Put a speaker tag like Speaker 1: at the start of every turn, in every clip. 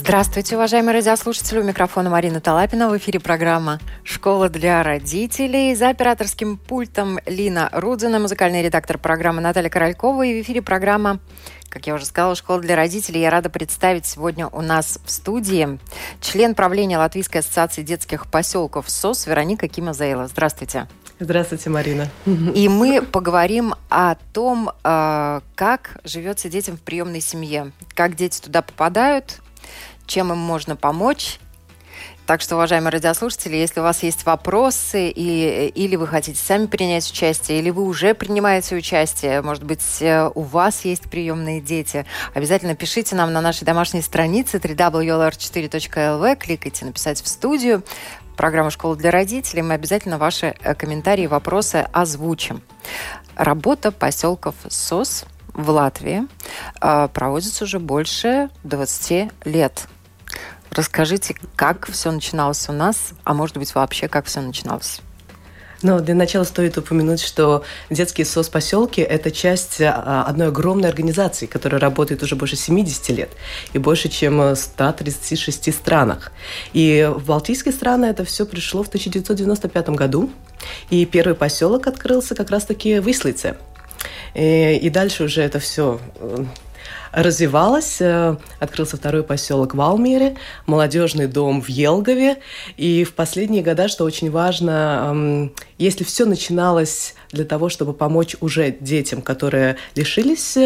Speaker 1: Здравствуйте, уважаемые радиослушатели. У микрофона Марина Талапина. В эфире программа «Школа для родителей». За операторским пультом Лина Рудзина, музыкальный редактор программы Наталья Королькова. И в эфире программа, как я уже сказала, «Школа для родителей». Я рада представить сегодня у нас в студии член правления Латвийской ассоциации детских поселков СОС Вероника Кимазейла. Здравствуйте.
Speaker 2: Здравствуйте, Марина.
Speaker 1: И мы поговорим о том, как живется детям в приемной семье, как дети туда попадают, чем им можно помочь. Так что, уважаемые радиослушатели, если у вас есть вопросы, или вы хотите сами принять участие, или вы уже принимаете участие, может быть, у вас есть приемные дети, обязательно пишите нам на нашей домашней странице www.lr4.lv, кликайте «Написать в студию», программа «Школа для родителей». Мы обязательно ваши комментарии и вопросы озвучим. Работа поселков СОС в Латвии проводится уже больше 20 лет. Расскажите, как все начиналось у нас, а может быть вообще, как все начиналось?
Speaker 2: Ну, для начала стоит упомянуть, что детские СОС-поселки – это часть одной огромной организации, которая работает уже больше 70 лет и больше, чем в 136 странах. И в Балтийские страны это все пришло в 1995 году, и первый поселок открылся как раз-таки в Ислице. И дальше уже это все развивалось. Открылся второй поселок в Валмиере, молодежный дом в Елгове. И в последние годы, что очень важно, если все начиналось для того, чтобы помочь уже детям, которые лишились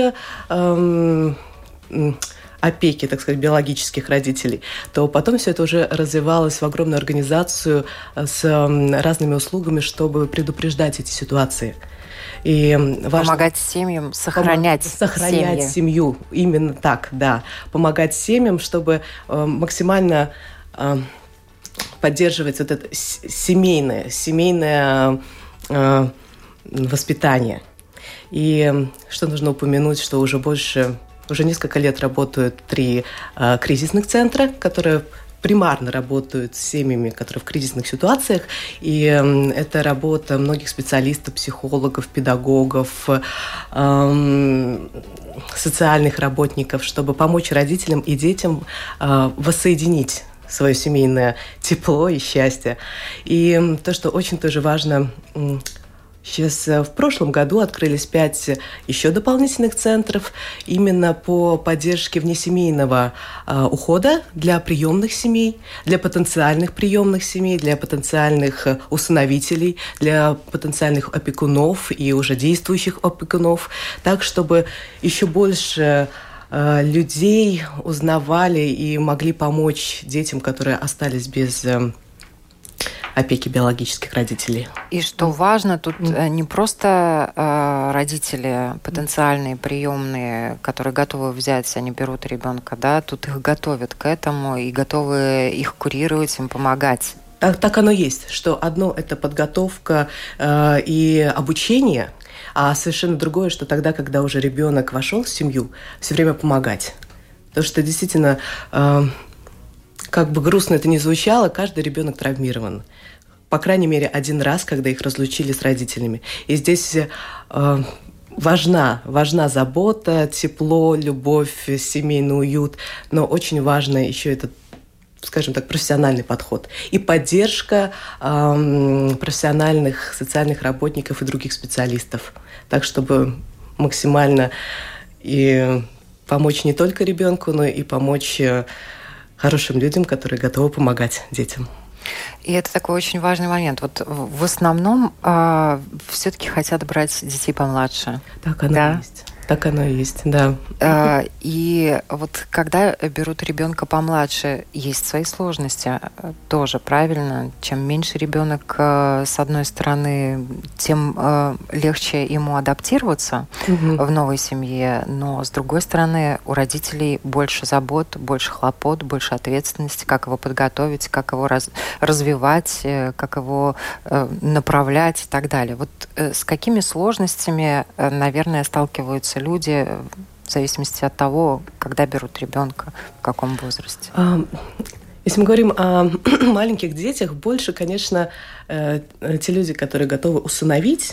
Speaker 2: опеки, так сказать, биологических родителей, то потом все это уже развивалось в огромную организацию с разными услугами, чтобы предупреждать эти ситуации. И
Speaker 1: помогать семьям сохранять
Speaker 2: семью. Именно так, да. Помогать семьям, чтобы максимально поддерживать вот это семейное воспитание. И что нужно упомянуть, что уже несколько лет работают 3 кризисных центра, которые примарно работают с семьями, которые в кризисных ситуациях. И это работа многих специалистов, психологов, педагогов, социальных работников, чтобы помочь родителям и детям воссоединить свое семейное тепло и счастье. И то, что очень тоже важно, сейчас в прошлом году открылись 5 еще дополнительных центров именно по поддержке внесемейного ухода для приемных семей, для потенциальных приемных семей, для потенциальных усыновителей, для потенциальных опекунов и уже действующих опекунов, так, чтобы еще больше людей узнавали и могли помочь детям, которые остались без опеки биологических родителей.
Speaker 1: И что важно, тут не просто родители потенциальные, приемные, которые готовы взять, они берут ребенка, да, тут их готовят к этому и готовы их курировать, им помогать.
Speaker 2: Так оно есть, что одно – это подготовка и обучение, а совершенно другое, что тогда, когда уже ребенок вошел в семью, все время помогать. Потому что действительно, как бы грустно это ни звучало, каждый ребенок травмирован. По крайней мере, один раз, когда их разлучили с родителями. И здесь важна забота, тепло, любовь, семейный уют. Но очень важно еще этот, скажем так, профессиональный подход. И поддержка профессиональных социальных работников и других специалистов. Так, чтобы максимально и помочь не только ребенку, но и помочь хорошим людям, которые готовы помогать детям.
Speaker 1: И это такой очень важный момент. Вот в основном все-таки хотят брать детей помладше.
Speaker 2: Так оно и есть. Так оно и есть, да.
Speaker 1: И вот когда берут ребенка помладше, есть свои сложности тоже, правильно? Чем меньше ребенок, с одной стороны, тем легче ему адаптироваться в новой семье, но с другой стороны, у родителей больше забот, больше хлопот, больше ответственности, как его подготовить, как его развивать, как его направлять и так далее. Вот с какими сложностями, наверное, сталкиваются люди в зависимости от того, когда берут ребенка, в каком возрасте?
Speaker 2: Если мы говорим о маленьких детях, больше, конечно, те люди, которые готовы усыновить,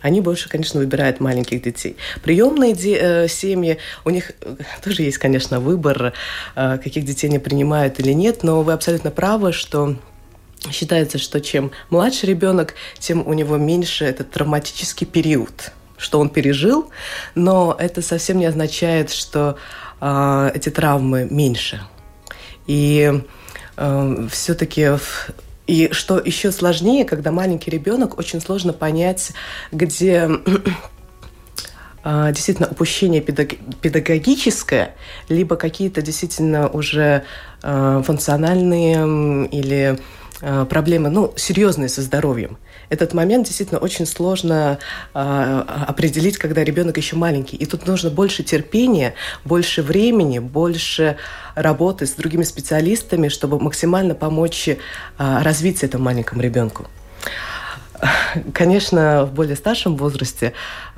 Speaker 2: они больше, конечно, выбирают маленьких детей. Приемные семьи, у них тоже есть, конечно, выбор, каких детей они принимают или нет, но вы абсолютно правы, что считается, что чем младше ребенок, тем у него меньше этот травматический период, что он пережил, но это совсем не означает, что эти травмы меньше. И все-таки... И что еще сложнее, когда маленький ребенок, очень сложно понять, где действительно упущение педагогическое, либо какие-то действительно уже функциональные или проблемы, серьезные со здоровьем. Этот момент действительно очень сложно определить, когда ребенок еще маленький. И тут нужно больше терпения, больше времени, больше работы с другими специалистами, чтобы максимально помочь развиться этому маленькому ребенку. Конечно, в более старшем возрасте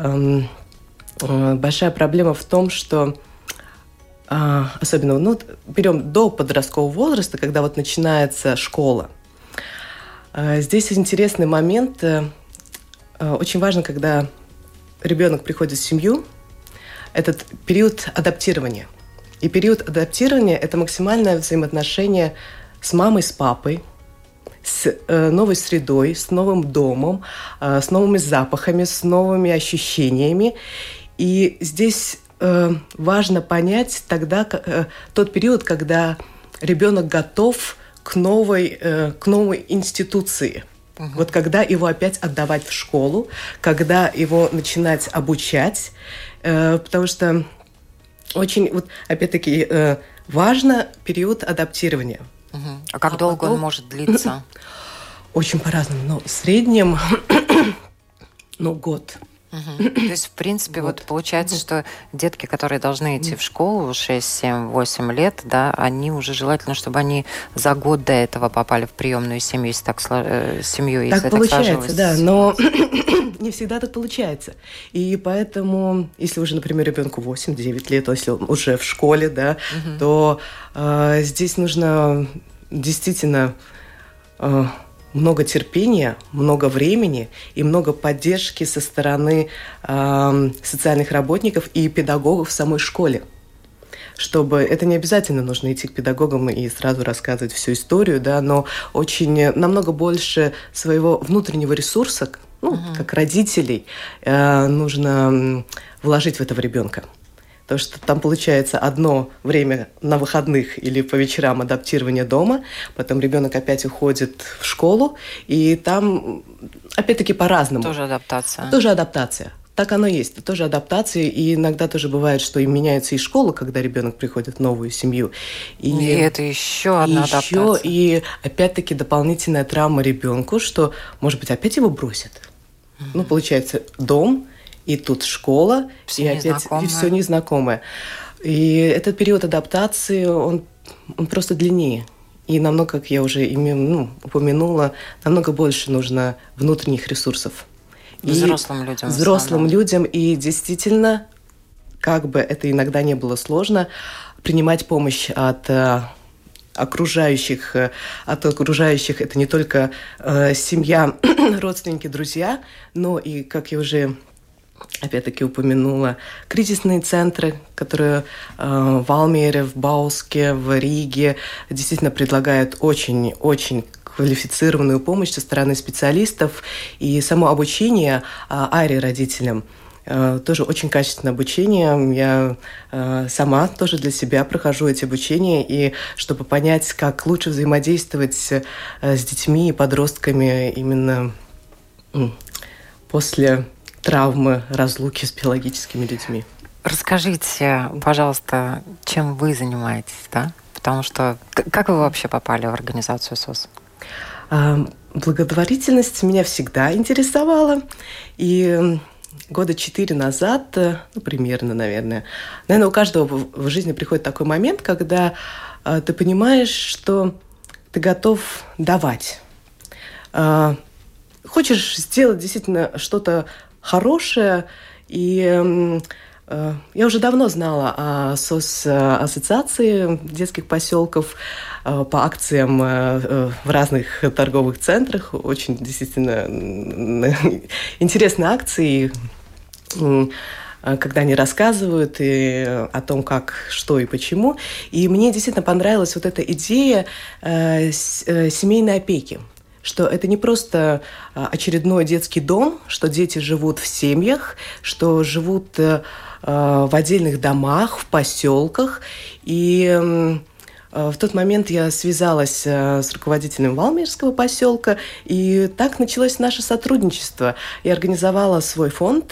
Speaker 2: большая проблема в том, что особенно, берем до подросткового возраста, когда вот начинается школа. Здесь интересный момент. Очень важно, когда ребенок приходит в семью, этот период адаптирования. И период адаптирования – это максимальное взаимоотношение с мамой, с папой, с новой средой, с новым домом, с новыми запахами, с новыми ощущениями. И здесь важно понять тогда тот период, когда ребенок готов к новой институции. Вот когда его опять отдавать в школу, когда его начинать обучать, потому что очень, опять-таки, важно период адаптирования.
Speaker 1: А как долго он может длиться?
Speaker 2: Очень по-разному, но в среднем год.
Speaker 1: То есть, в принципе, получается, что детки, которые должны идти в школу 6, 7, 8 лет, да, они уже желательно, чтобы они за год до этого попали в приемную семью, если так семью,
Speaker 2: так получается, да, но не всегда так получается. И поэтому, если уже, например, ребенку 8-9 лет, если он уже в школе, да, то здесь нужно действительно много терпения, много времени и много поддержки со стороны социальных работников и педагогов в самой школе. Чтобы это не обязательно нужно идти к педагогам и сразу рассказывать всю историю, да, но намного больше своего внутреннего ресурса, как родителей, нужно вложить в этого ребенка. Потому что там получается одно время на выходных или по вечерам адаптирование дома, потом ребенок опять уходит в школу, и там опять-таки по-разному.
Speaker 1: Тоже адаптация.
Speaker 2: Тоже адаптация. Так оно есть. Тоже адаптация. И иногда тоже бывает, что и меняется и школа, когда ребенок приходит в новую семью.
Speaker 1: И это еще одна адаптация.
Speaker 2: И опять-таки дополнительная травма ребенку, что, может быть, опять его бросят. Получается, дом, и тут школа,
Speaker 1: все
Speaker 2: и опять все незнакомое. И этот период адаптации, он просто длиннее. И намного, как я уже упомянула, намного больше нужно внутренних ресурсов.
Speaker 1: Взрослым людям.
Speaker 2: Взрослым людям. И действительно, как бы это иногда не было сложно, принимать помощь от окружающих. Это не только семья, родственники, друзья, но и, как я уже опять-таки упомянула, кризисные центры, которые в Алмере, в Бауске, в Риге действительно предлагают очень-очень квалифицированную помощь со стороны специалистов. И само обучение родителям тоже очень качественное обучение. Я сама тоже для себя прохожу эти обучения, и чтобы понять, как лучше взаимодействовать с детьми и подростками именно после травмы разлуки с биологическими детьми.
Speaker 1: Расскажите, пожалуйста, чем вы занимаетесь, да? Потому что как вы вообще попали в организацию СОС?
Speaker 2: Благотворительность меня всегда интересовала. И 4 года назад, примерно, наверное, у каждого в жизни приходит такой момент, когда ты понимаешь, что ты готов давать. Хочешь сделать действительно что-то хорошее, и я уже давно знала о ассоциации детских поселков, по акциям в разных торговых центрах. Очень действительно интересные акции, когда они рассказывают о том, как, что и почему. И мне действительно понравилась вот эта идея семейной опеки, что это не просто очередной детский дом, что дети живут в семьях, что живут в отдельных домах, в поселках. И в тот момент я связалась с руководителем Валмирского поселка, и так началось наше сотрудничество. Я организовала свой фонд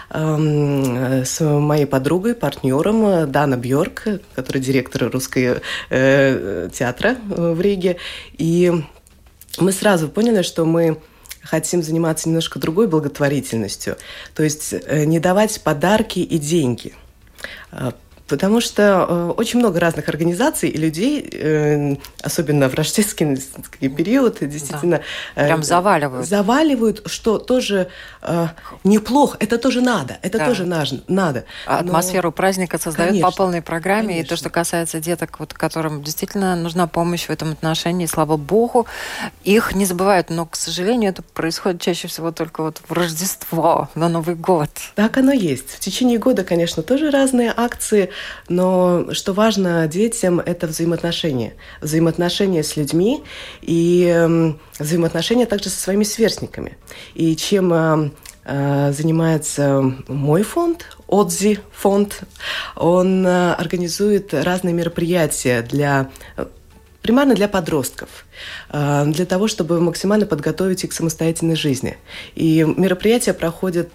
Speaker 2: с моей подругой, партнером Дана Бьорк, которая директор Русского театра в Риге. И мы сразу поняли, что мы хотим заниматься немножко другой благотворительностью, то есть не давать подарки и деньги. Потому что очень много разных организаций и людей, особенно в рождественский период, действительно
Speaker 1: прям заваливают,
Speaker 2: что тоже неплохо, это тоже надо, тоже надо.
Speaker 1: Атмосферу праздника создают, конечно, по полной программе.
Speaker 2: Конечно.
Speaker 1: И то, что касается деток, вот, которым действительно нужна помощь в этом отношении, слава богу, их не забывают. Но, к сожалению, это происходит чаще всего только вот в Рождество, на Новый год.
Speaker 2: Так оно есть. В течение года, конечно, тоже разные акции. Но что важно детям – это взаимоотношения. Взаимоотношения с людьми и взаимоотношения также со своими сверстниками. И чем занимается мой фонд, Отзи фонд, он организует разные мероприятия примерно для подростков, для того, чтобы максимально подготовить их к самостоятельной жизни. И мероприятия проходят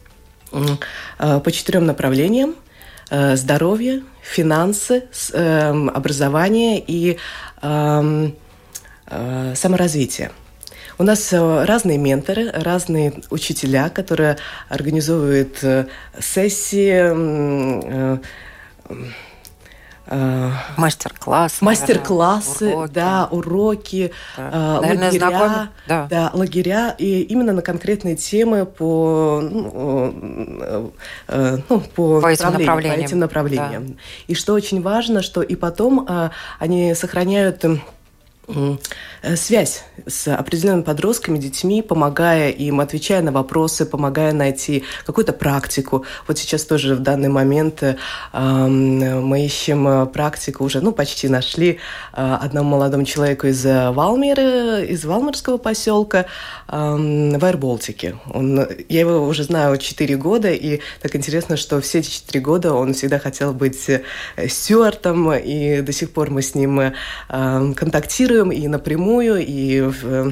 Speaker 2: по 4 направлениям: здоровье, финансы, образование и саморазвитие. У нас разные менторы, разные учителя, которые организовывают сессии,
Speaker 1: мастер-классы,
Speaker 2: уроки,
Speaker 1: наверное,
Speaker 2: лагеря, и именно на конкретные темы по этим направлениям. Да. И что очень важно, что и потом они сохраняют связь с определенными подростками, детьми, помогая им, отвечая на вопросы, помогая найти какую-то практику. Вот сейчас тоже в данный момент мы ищем практику, уже почти нашли одному молодому человеку из Валмира, из Валмирского поселка в Аэробалтике. Я его уже знаю 4 года, и так интересно, что все эти 4 года он всегда хотел быть стюартом, и до сих пор мы с ним контактируем и напрямую, и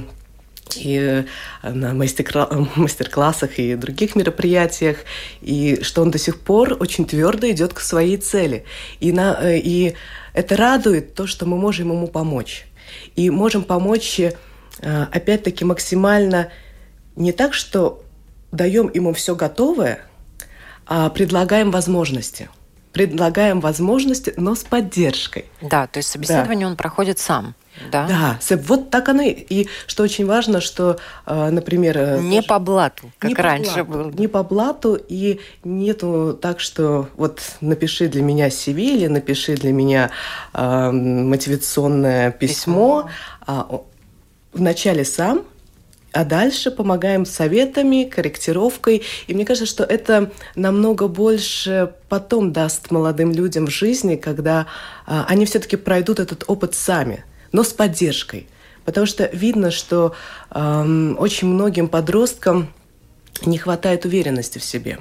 Speaker 2: на мастер-классах и других мероприятиях, и что он до сих пор очень твердо идет к своей цели. И это радует, то, что мы можем ему помочь. И можем помочь, опять-таки, максимально не так, что даем ему все готовое, а предлагаем возможности. Предлагаем возможности, но с поддержкой.
Speaker 1: Да, то есть собеседование он проходит сам.
Speaker 2: Да, вот так оно. И что очень важно, что, например...
Speaker 1: Не по блату, как раньше было.
Speaker 2: Не по блату, и нету так, что вот напиши для меня CV или напиши для меня мотивационное письмо. Вначале сам, а дальше помогаем советами, корректировкой. И мне кажется, что это намного больше потом даст молодым людям в жизни, когда они все-таки пройдут этот опыт сами, но с поддержкой. Потому что видно, что очень многим подросткам не хватает уверенности в себе.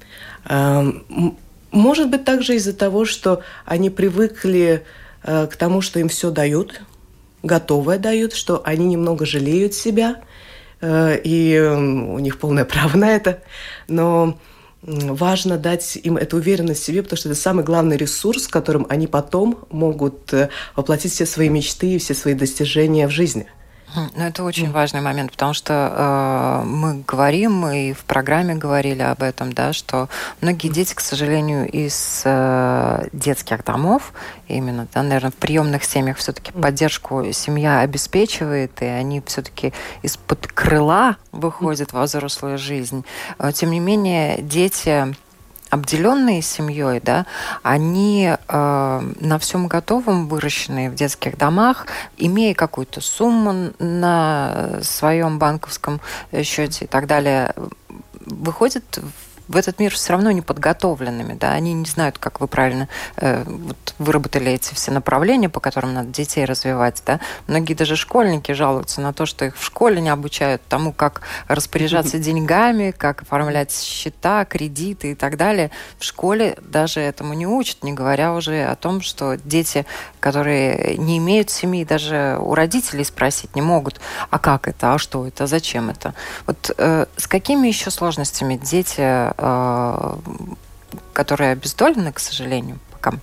Speaker 2: Может быть, также из-за того, что они привыкли к тому, что им все дают, готовое дают, что они немного жалеют себя, и у них полное право на это. Но важно дать им эту уверенность в себе, потому что это самый главный ресурс, которым они потом могут воплотить все свои мечты и все свои достижения в жизни.
Speaker 1: Ну, это очень важный момент, потому что мы говорим, и в программе говорили об этом, да, что многие дети, к сожалению, из детских домов, именно, да, наверное, в приемных семьях все-таки поддержку семья обеспечивает, и они все-таки из-под крыла выходят во взрослую жизнь. Тем не менее, дети обделенные семьей, да, они на всем готовом, выращенные в детских домах, имея какую-то сумму на своем банковском счете и так далее, выходят в этот мир все равно неподготовленными, да, они не знают, как вы правильно выработали эти все направления, по которым надо детей развивать, да. Многие даже школьники жалуются на то, что их в школе не обучают тому, как распоряжаться деньгами, как оформлять счета, кредиты и так далее. В школе даже этому не учат, не говоря уже о том, что дети, которые не имеют семьи, даже у родителей спросить не могут, а как это, а что это, зачем это. Вот с какими еще сложностями дети, которые обездолены, к сожалению, пока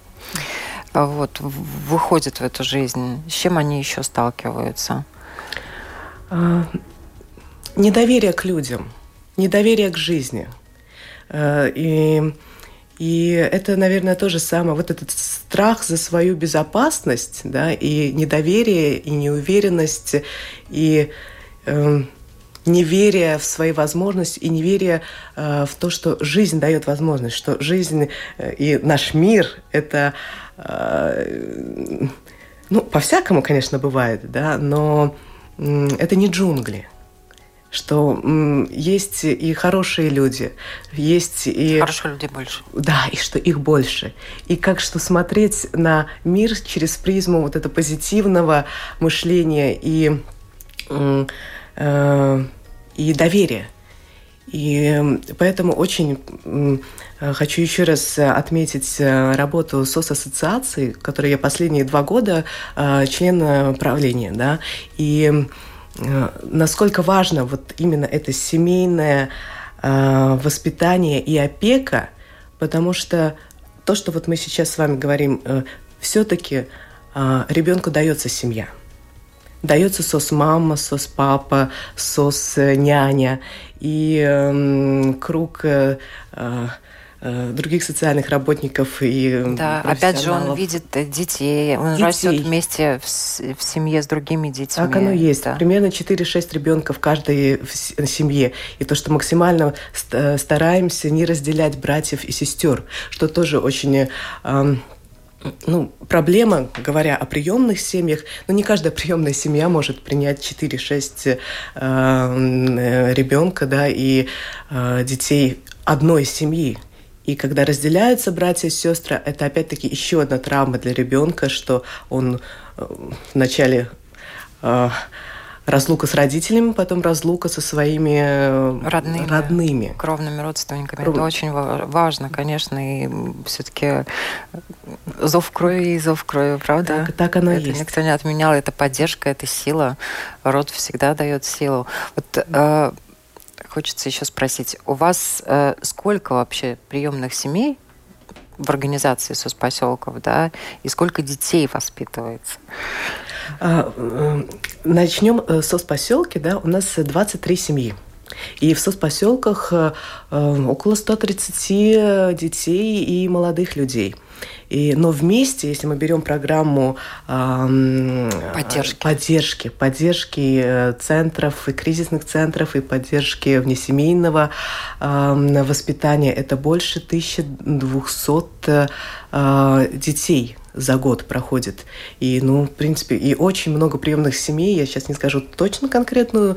Speaker 1: выходят в эту жизнь, с чем они еще сталкиваются?
Speaker 2: Недоверие к людям, недоверие к жизни. И это, наверное, то же самое. Вот этот страх за свою безопасность, да, и недоверие, и неуверенность, и неверие в свои возможности, и неверие в то, что жизнь дает возможность, что жизнь и наш мир – это… по-всякому, конечно, бывает, да, но это не джунгли. Что есть и хорошие люди, есть и…
Speaker 1: Хорошие люди больше.
Speaker 2: Да, и что их больше. И как что смотреть на мир через призму вот этого позитивного мышления и доверия. И поэтому очень хочу еще раз отметить работу СОС-ассоциации, в которой я последние 2 года член правления, да, и насколько важно вот именно это семейное воспитание и опека, потому что то, что вот мы сейчас с вами говорим, все-таки ребенку дается семья. Дается сос-мама, сос-папа, сос-няня и круг других социальных работников и
Speaker 1: да, опять же, он видит детей, он растет вместе в семье с другими детьми.
Speaker 2: Так оно есть. Да. Примерно 4-6 ребенка в каждой семье. И то, что максимально стараемся не разделять братьев и сестер, что тоже очень… проблема, говоря о приемных семьях, не каждая приемная семья может принять 4-6 ребенка, да, и детей одной семьи. И когда разделяются братья и сестры, это опять-таки еще одна травма для ребенка, что он вначале разлука с родителями, потом разлука со своими родными.
Speaker 1: Кровными родственниками. Это очень важно, конечно, и все-таки зов крови и зов крови, правда?
Speaker 2: Так оно и
Speaker 1: есть.
Speaker 2: Это
Speaker 1: никто не отменял, это поддержка, это сила. Род всегда дает силу. Вот хочется еще спросить, у вас сколько вообще приемных семей в организации соцпоселков, да, и сколько детей воспитывается?
Speaker 2: Начнем с соцпоселки, да, у нас 23 семьи. И в соцпоселках около 130 детей и молодых людей. Но вместе, если мы берем программу поддержки центров и кризисных центров, и поддержки внесемейного воспитания, это больше 1200 детей за год проходит. И, в принципе, и очень много приемных семей. Я сейчас не скажу точно конкретную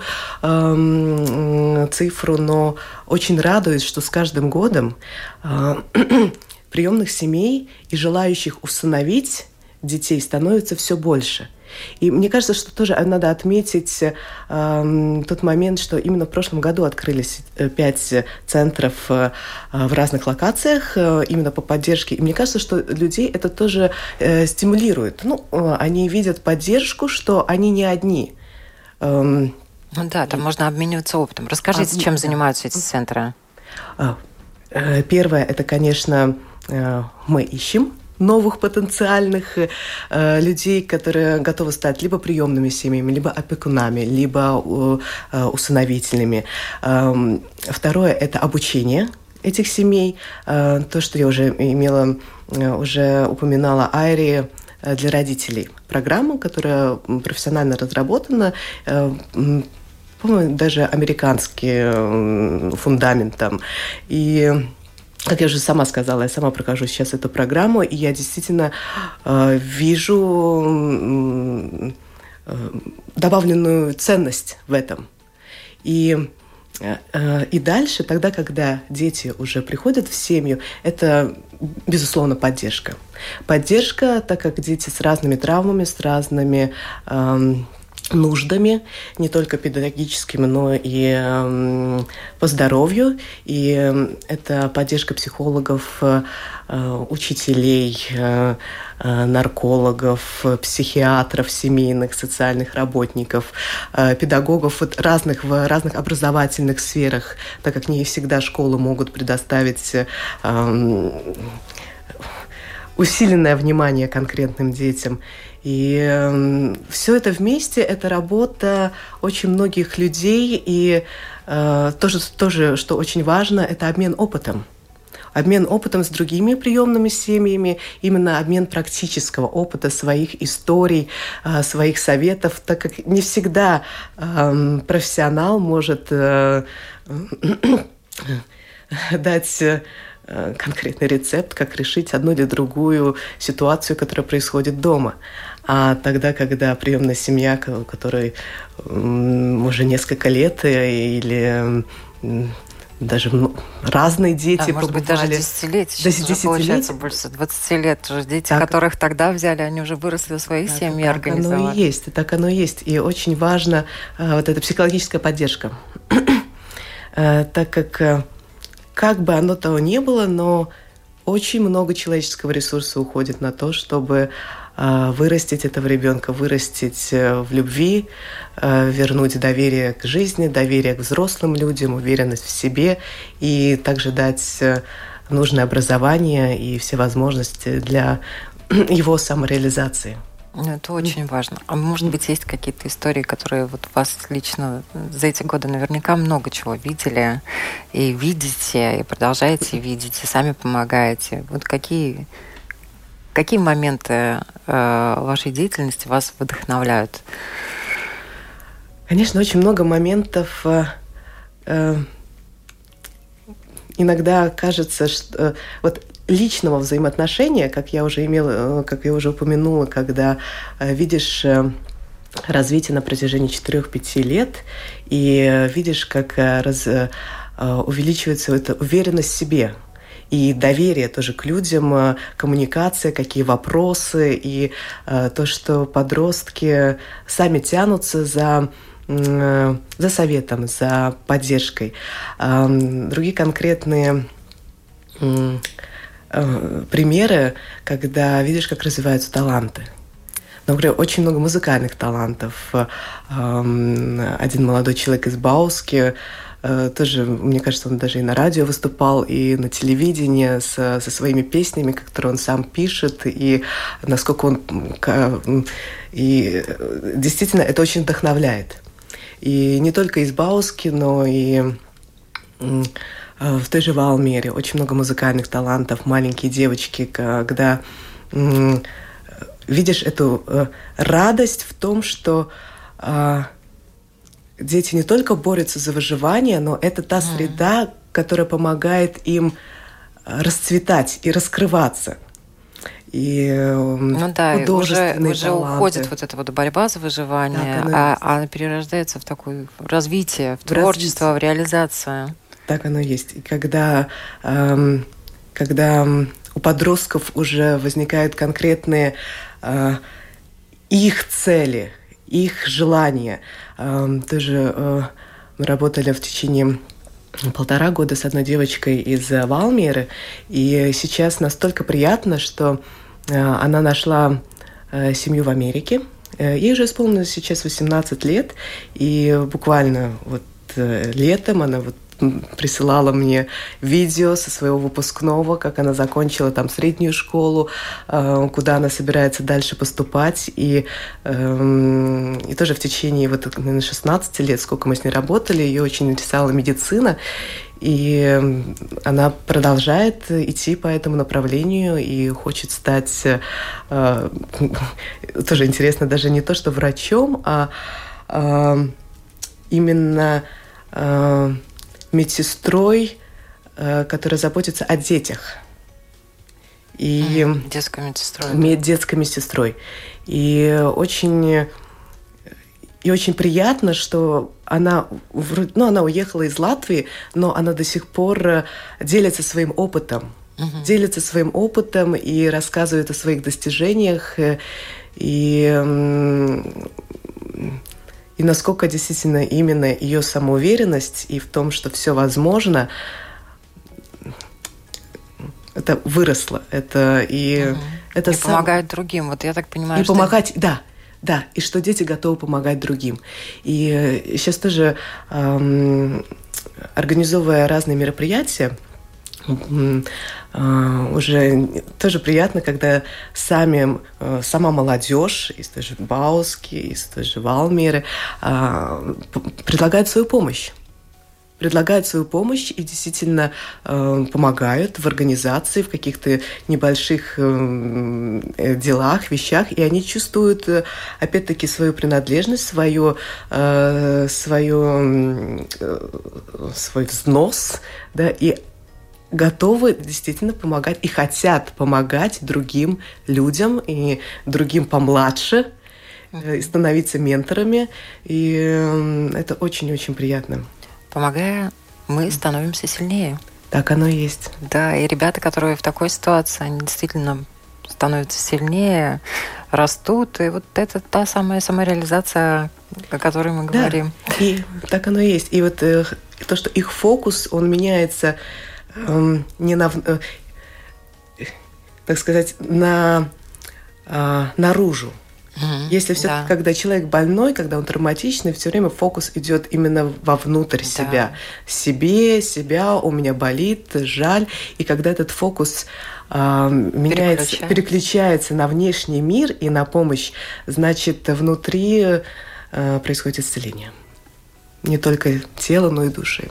Speaker 2: цифру, но очень радует, что с каждым годом приемных семей и желающих усыновить детей становится все больше. И мне кажется, что тоже надо отметить тот момент, что именно в прошлом году открылись 5 центров в разных локациях именно по поддержке. И мне кажется, что людей это тоже стимулирует. Они видят поддержку, что они не одни.
Speaker 1: Да, там можно обмениваться опытом. Расскажите, чем занимаются эти центры?
Speaker 2: Первое, это, конечно, мы ищем новых потенциальных людей, которые готовы стать либо приемными семьями, либо опекунами, либо усыновителями. Второе – это обучение этих семей. То, что я уже упоминала, Айри для родителей. Программа, которая профессионально разработана, по-моему, даже американский фундамент там. И как я уже сама сказала, я сама прохожу сейчас эту программу, и я действительно вижу добавленную ценность в этом. И дальше, тогда, когда дети уже приходят в семью, это, безусловно, поддержка. Поддержка, так как дети с разными травмами, с разными нуждами, не только педагогическими, но и по здоровью. И это поддержка психологов, учителей, наркологов, психиатров, семейных, социальных работников, педагогов в разных образовательных сферах, так как не всегда школы могут предоставить усиленное внимание конкретным детям. И все это вместе, это работа очень многих людей. И тоже, что очень важно, это обмен опытом. Обмен опытом с другими приемными семьями, именно обмен практического опыта, своих историй, своих советов, так как не всегда профессионал может дать конкретный рецепт, как решить одну или другую ситуацию, которая происходит дома. А тогда, когда приемная семья, у которой уже несколько лет или даже разные дети
Speaker 1: может быть, даже десятилетия. Сейчас получается больше 20 лет. Уже дети, так, которых тогда взяли, они уже выросли в своих семьях, организовали.
Speaker 2: Так оно и есть. И очень важна вот эта психологическая поддержка. Так как бы оно того не было, но очень много человеческого ресурса уходит на то, чтобы вырастить этого ребенка, вырастить в любви, вернуть доверие к жизни, доверие к взрослым людям, уверенность в себе и также дать нужное образование и все возможности для его самореализации.
Speaker 1: Это очень важно. А может быть, есть какие-то истории, которые вот вас лично за эти годы наверняка много чего видели и видите, и продолжаете видеть, и сами помогаете. Вот какие моменты вашей деятельности вас вдохновляют?
Speaker 2: Конечно, очень много моментов. Иногда кажется, что вот личного взаимоотношения, как я уже упомянула, когда видишь развитие на протяжении 4-5 лет и видишь, как увеличивается эта уверенность в себе и доверие тоже к людям, коммуникация, какие вопросы, и то, что подростки сами тянутся за советом, за поддержкой. Другие конкретные примеры, когда видишь, как развиваются таланты. Например, очень много музыкальных талантов. Один молодой человек из Бауски, тоже, мне кажется, он даже и на радио выступал, и на телевидении со своими песнями, которые он сам пишет, и насколько он... И действительно, это очень вдохновляет. И не только из Бауски, но и в той же Валмере очень много музыкальных талантов, маленькие девочки, когда видишь эту радость в том, что дети не только борются за выживание, но это та среда, которая помогает им расцветать и раскрываться. И
Speaker 1: уже уходит вот эта вот борьба за выживание, а она перерождается в такое развитие, в творчество, в реализацию.
Speaker 2: Так оно есть. И когда у подростков уже возникают конкретные их цели, их желания. Тоже мы работали в течение 1,5 года с одной девочкой из Валмеры, и сейчас настолько приятно, что она нашла семью в Америке. Ей уже исполнилось сейчас 18 лет, и буквально вот летом она присылала мне видео со своего выпускного, как она закончила там среднюю школу, куда она собирается дальше поступать. И тоже в течение наверное, 16 лет, сколько мы с ней работали, ее очень интересовала медицина. И она продолжает идти по этому направлению и хочет стать, тоже интересно, даже не то, что врачом, а именно медсестрой которая заботится о детях. И
Speaker 1: детской медсестрой.
Speaker 2: Детской медсестрой. И очень приятно, что она уехала из Латвии, но она до сих пор делится своим опытом. Делится своим опытом и рассказывает о своих достижениях. И насколько действительно именно ее самоуверенность и в том, что все возможно, это выросло. Это
Speaker 1: помогает другим. Вот я так понимаю,
Speaker 2: что... помогать, да. Да, и что дети готовы помогать другим. И сейчас тоже, организовывая разные мероприятия, уже тоже приятно, когда сама молодежь из той же Бауски, из той же Валмеры предлагает свою помощь. Предлагают свою помощь и действительно помогают в организации, в каких-то небольших делах, вещах, и они чувствуют, опять-таки, свою принадлежность, свой взнос, да, и готовы действительно помогать, и хотят помогать другим людям, и другим помладше, и становиться менторами, и это очень-очень приятно.
Speaker 1: Помогая, мы становимся сильнее.
Speaker 2: Так оно и есть.
Speaker 1: Да, и ребята, которые в такой ситуации, они действительно становятся сильнее, растут. И вот это та самая самореализация, о которой мы говорим.
Speaker 2: И так оно и есть. И вот то, что их фокус, он меняется не на, так сказать, наружу. Если все, когда человек больной, когда он травматичный, все время фокус идет именно вовнутрь себя. Себя, у меня болит, жаль. И когда этот фокус переключается на внешний мир и на помощь, значит, внутри происходит исцеление. Не только тела, но и души.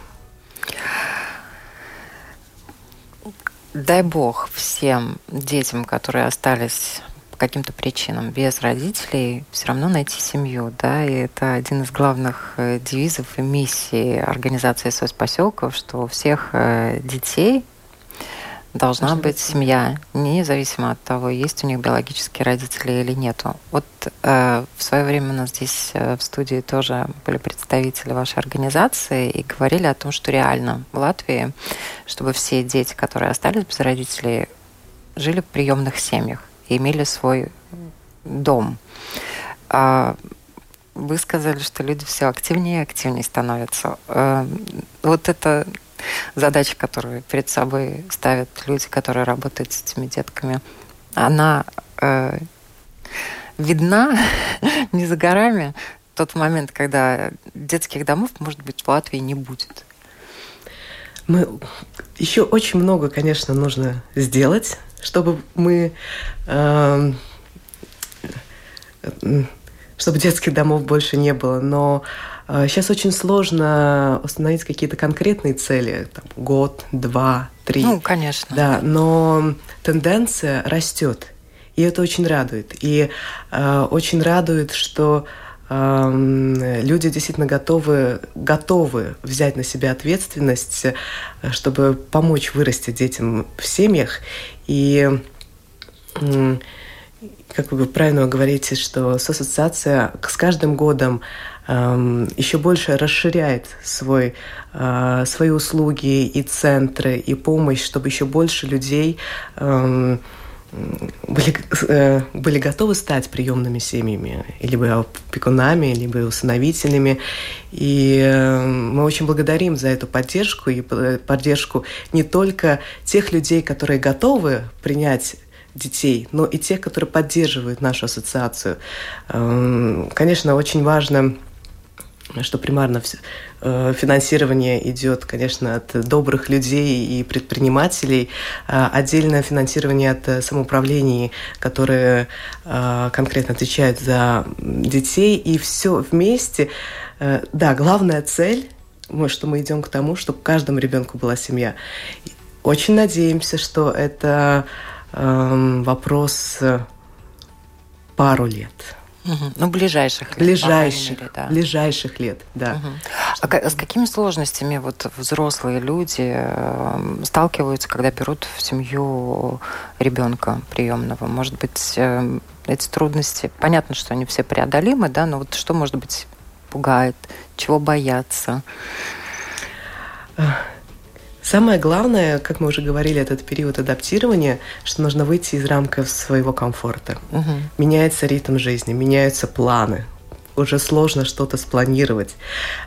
Speaker 1: Дай Бог всем детям, которые остались по каким-то причинам без родителей, все равно найти семью, да, и это один из главных девизов и миссий организации «СОС поселков», что у всех детей должна быть семья, независимо от того, есть у них биологические родители или нету. Вот в свое время у нас здесь в студии тоже были представители вашей организации и говорили о том, что реально в Латвии, чтобы все дети, которые остались без родителей, жили в приемных семьях и имели свой дом. Вы сказали, что люди все активнее и активнее становятся. Вот это задача, которую перед собой ставят люди, которые работают с этими детками, она видна не за горами. Тот момент, когда детских домов, может быть, в Латвии не будет.
Speaker 2: Еще очень много, конечно, нужно сделать, чтобы чтобы детских домов больше не было. Но сейчас очень сложно установить какие-то конкретные цели. Там, год, 2, 3.
Speaker 1: Ну, конечно.
Speaker 2: Да, но тенденция растет. И это очень радует. И очень радует, что люди действительно готовы взять на себя ответственность, чтобы помочь вырасти детям в семьях. И, как вы правильно говорите, что СОС-ассоциация с каждым годом еще больше расширяет свои услуги и центры, и помощь, чтобы еще больше людей были готовы стать приемными семьями, либо опекунами, либо усыновителями. И мы очень благодарим за эту поддержку, и поддержку не только тех людей, которые готовы принять детей, но и тех, которые поддерживают нашу ассоциацию. Конечно, очень важно, что примарно финансирование идет, конечно, от добрых людей и предпринимателей, отдельное финансирование от самоуправлений, которые конкретно отвечают за детей, и все вместе. Да, главная цель, что мы идем к тому, чтобы каждому ребенку была семья. Очень надеемся, что это вопрос пару лет.
Speaker 1: Ну, ближайших лет.
Speaker 2: Ближайших лет, да.
Speaker 1: А с какими сложностями вот взрослые люди сталкиваются, когда берут в семью ребенка приемного? Может быть, эти трудности, понятно, что они все преодолимы, да, но вот что, может быть, пугает, чего боятся?
Speaker 2: Самое главное, как мы уже говорили, этот период адаптирования, что нужно выйти из рамков своего комфорта. Угу. Меняется ритм жизни, меняются планы. Уже сложно что-то спланировать.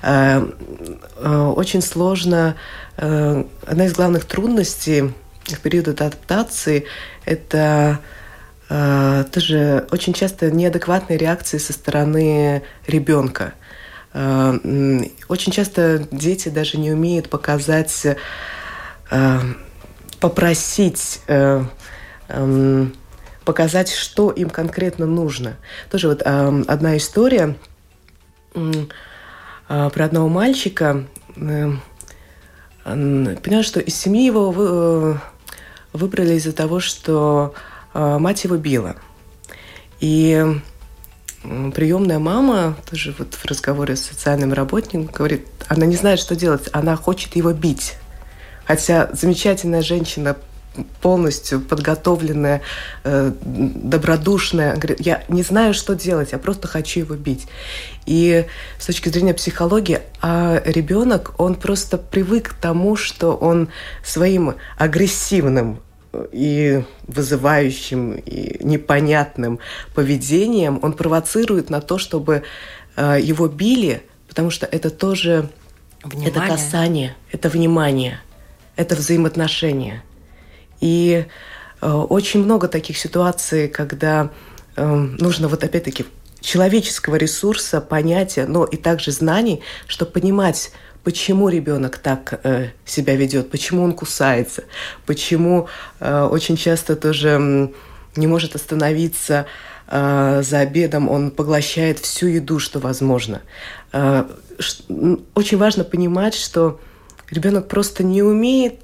Speaker 2: Очень сложно. Одна из главных трудностей в период адаптации – это тоже очень часто неадекватные реакции со стороны ребенка. Очень часто дети даже не умеют показать, попросить, показать, что им конкретно нужно. Тоже вот одна история про одного мальчика. Понимаю, что из семьи его выбрали из-за того, что мать его била. И приемная мама, тоже вот в разговоре с социальным работником, говорит, она не знает, что делать, она хочет его бить. Хотя замечательная женщина, полностью подготовленная, добродушная, говорит, я не знаю, что делать, я просто хочу его бить. И с точки зрения психологии, ребенок, он просто привык к тому, что он своим агрессивным и вызывающим, и непонятным поведением он провоцирует на то, чтобы его били, потому что это тоже это касание, это внимание, это взаимоотношения. И очень много таких ситуаций, когда нужно вот опять-таки человеческого ресурса, понятия, но и также знаний, чтобы понимать, почему ребенок так себя ведет, почему он кусается, почему очень часто тоже не может остановиться за обедом, он поглощает всю еду, что возможно. Очень важно понимать, что ребенок просто не умеет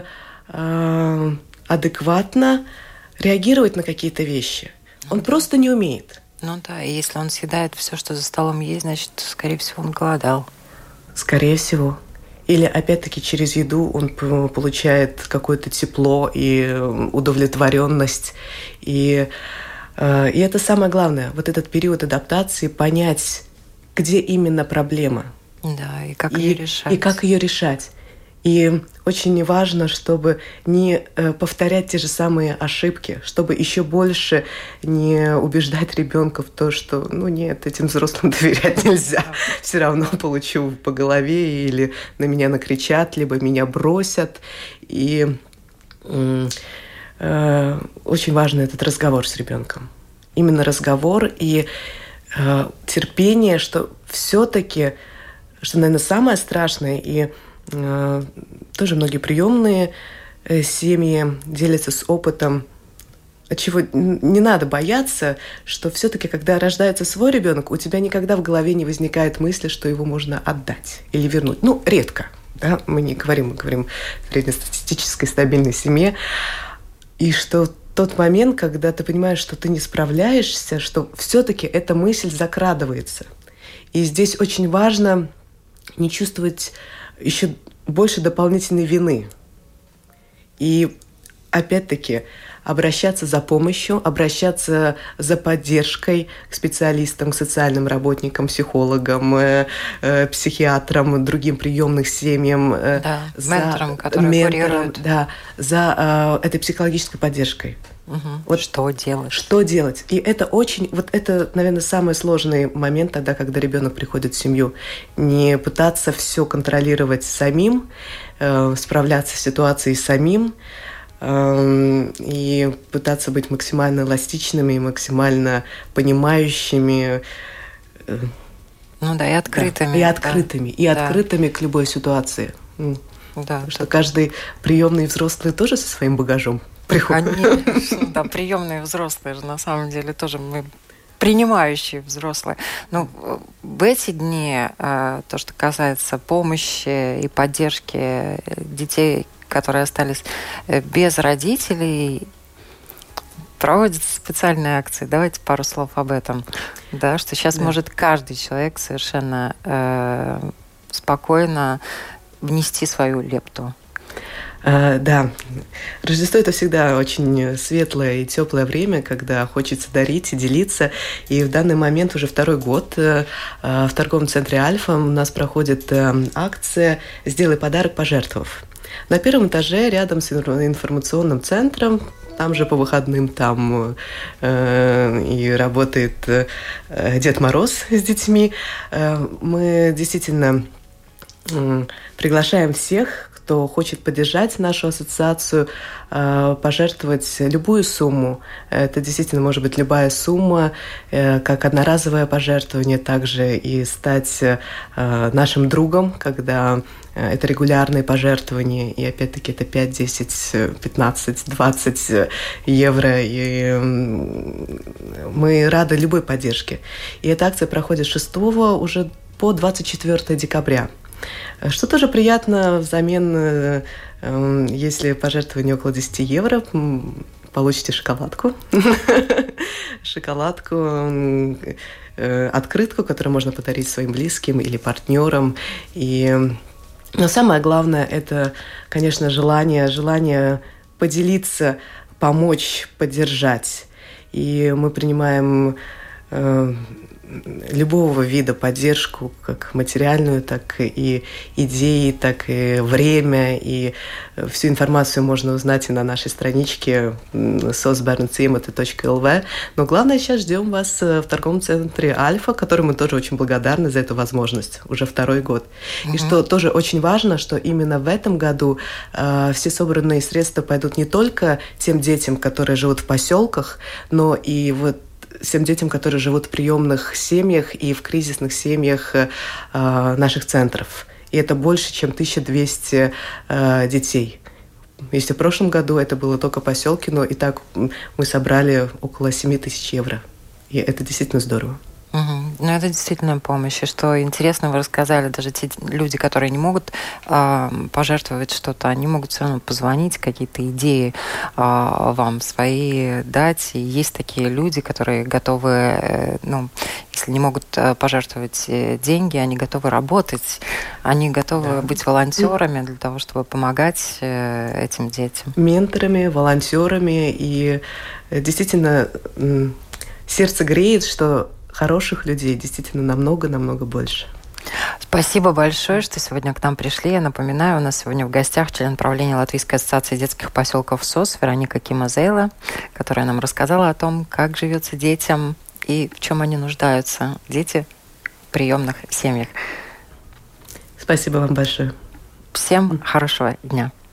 Speaker 2: адекватно реагировать на какие-то вещи. Он просто не умеет.
Speaker 1: Ну да, и если он съедает все, что за столом есть, значит, скорее всего, он голодал. Скорее всего.
Speaker 2: Или, опять-таки, через еду он получает какое-то тепло и удовлетворенность. И это самое главное. Вот этот период адаптации, понять, где именно проблема.
Speaker 1: Да, и как ее решать.
Speaker 2: И как ее решать. И очень важно, чтобы не повторять те же самые ошибки, чтобы еще больше не убеждать ребенка в то, что, ну нет, этим взрослым доверять нельзя. Все равно получу по голове или на меня накричат, либо меня бросят. И очень важен этот разговор с ребенком. Именно разговор и терпение, что все-таки, что, наверное, самое страшное, и тоже многие приемные семьи делятся с опытом, чего не надо бояться, что все-таки, когда рождается свой ребенок, у тебя никогда в голове не возникает мысли, что его можно отдать или вернуть. Ну, редко. Да? Мы не говорим, мы говорим о среднестатистической стабильной семье. И что тот момент, когда ты понимаешь, что ты не справляешься, что все-таки эта мысль закрадывается. И здесь очень важно не чувствовать еще больше дополнительной вины. И опять-таки обращаться за помощью, обращаться за поддержкой к специалистам, к социальным работникам, психологам, психиатрам, другим приемным семьям.
Speaker 1: Да, менторам, которые курируют.
Speaker 2: Да, за этой психологической поддержкой.
Speaker 1: Угу. Вот что делать?
Speaker 2: Что делать? И это очень, вот это, наверное, самый сложный момент тогда, когда ребенок приходит в семью. Не пытаться все контролировать самим, справляться с ситуацией самим, и пытаться быть максимально эластичными и максимально понимающими.
Speaker 1: Ну да, и открытыми.
Speaker 2: Да, и открытыми, да. И открытыми к любой ситуации.
Speaker 1: Да,
Speaker 2: потому что каждый приемный взрослый тоже со своим багажом приходит.
Speaker 1: Конечно, да, приемные взрослые же на самом деле тоже мы принимающие взрослые. Ну, в эти дни то, что касается помощи и поддержки детей, которые остались без родителей, проводятся специальные акции. Давайте пару слов об этом. Да, что сейчас может каждый человек совершенно спокойно внести свою лепту.
Speaker 2: Да, Рождество – это всегда очень светлое и теплое время, когда хочется дарить и делиться. И в данный момент уже второй год в торговом центре «Альфа» у нас проходит акция «Сделай подарок, пожертвовав». На первом этаже, рядом с информационным центром, там же по выходным там и работает Дед Мороз с детьми. Мы действительно приглашаем всех, кто хочет поддержать нашу ассоциацию, пожертвовать любую сумму. Это действительно может быть любая сумма, как одноразовое пожертвование, также и стать нашим другом, когда это регулярные пожертвования, и опять-таки это 5, 10, 15, 20 евро. И мы рады любой поддержке. И эта акция проходит с 6 уже по 24 декабря. Что тоже приятно, взамен, если пожертвование около 10 евро, получите шоколадку. Шоколадку, открытку, которую можно подарить своим близким или партнерам. Но самое главное – это, конечно, желание поделиться, помочь, поддержать. И мы принимаем любого вида поддержку, как материальную, так и идеи, так и время. И всю информацию можно узнать и на нашей страничке sosbernciemata.lv. Но главное, сейчас ждем вас в торговом центре «Альфа», которому мы тоже очень благодарны за эту возможность. Уже второй год. И что тоже очень важно, что именно в этом году все собранные средства пойдут не только тем детям, которые живут в поселках, но и вот всем детям, которые живут в приемных семьях и в кризисных семьях наших центров. И это больше, чем 1200 детей. Если в прошлом году это было только поселки, но и так мы собрали около 7000 евро. И это действительно здорово.
Speaker 1: Ну, это действительно помощь. И что интересно, вы рассказали, даже те люди, которые не могут пожертвовать что-то, они могут все равно позвонить, какие-то идеи вам свои дать. И есть такие люди, которые готовы, если не могут пожертвовать деньги, они готовы работать, они готовы быть волонтерами для того, чтобы помогать этим детям.
Speaker 2: Менторами, волонтерами. И действительно сердце греет, что хороших людей действительно намного-намного больше.
Speaker 1: Спасибо большое, что сегодня к нам пришли. Я напоминаю, у нас сегодня в гостях член правления Латвийской ассоциации детских поселков СОС Вероника Кима-Зейла, которая нам рассказала о том, как живется детям и в чем они нуждаются, дети в приемных семьях.
Speaker 2: Спасибо вам большое.
Speaker 1: Всем хорошего дня.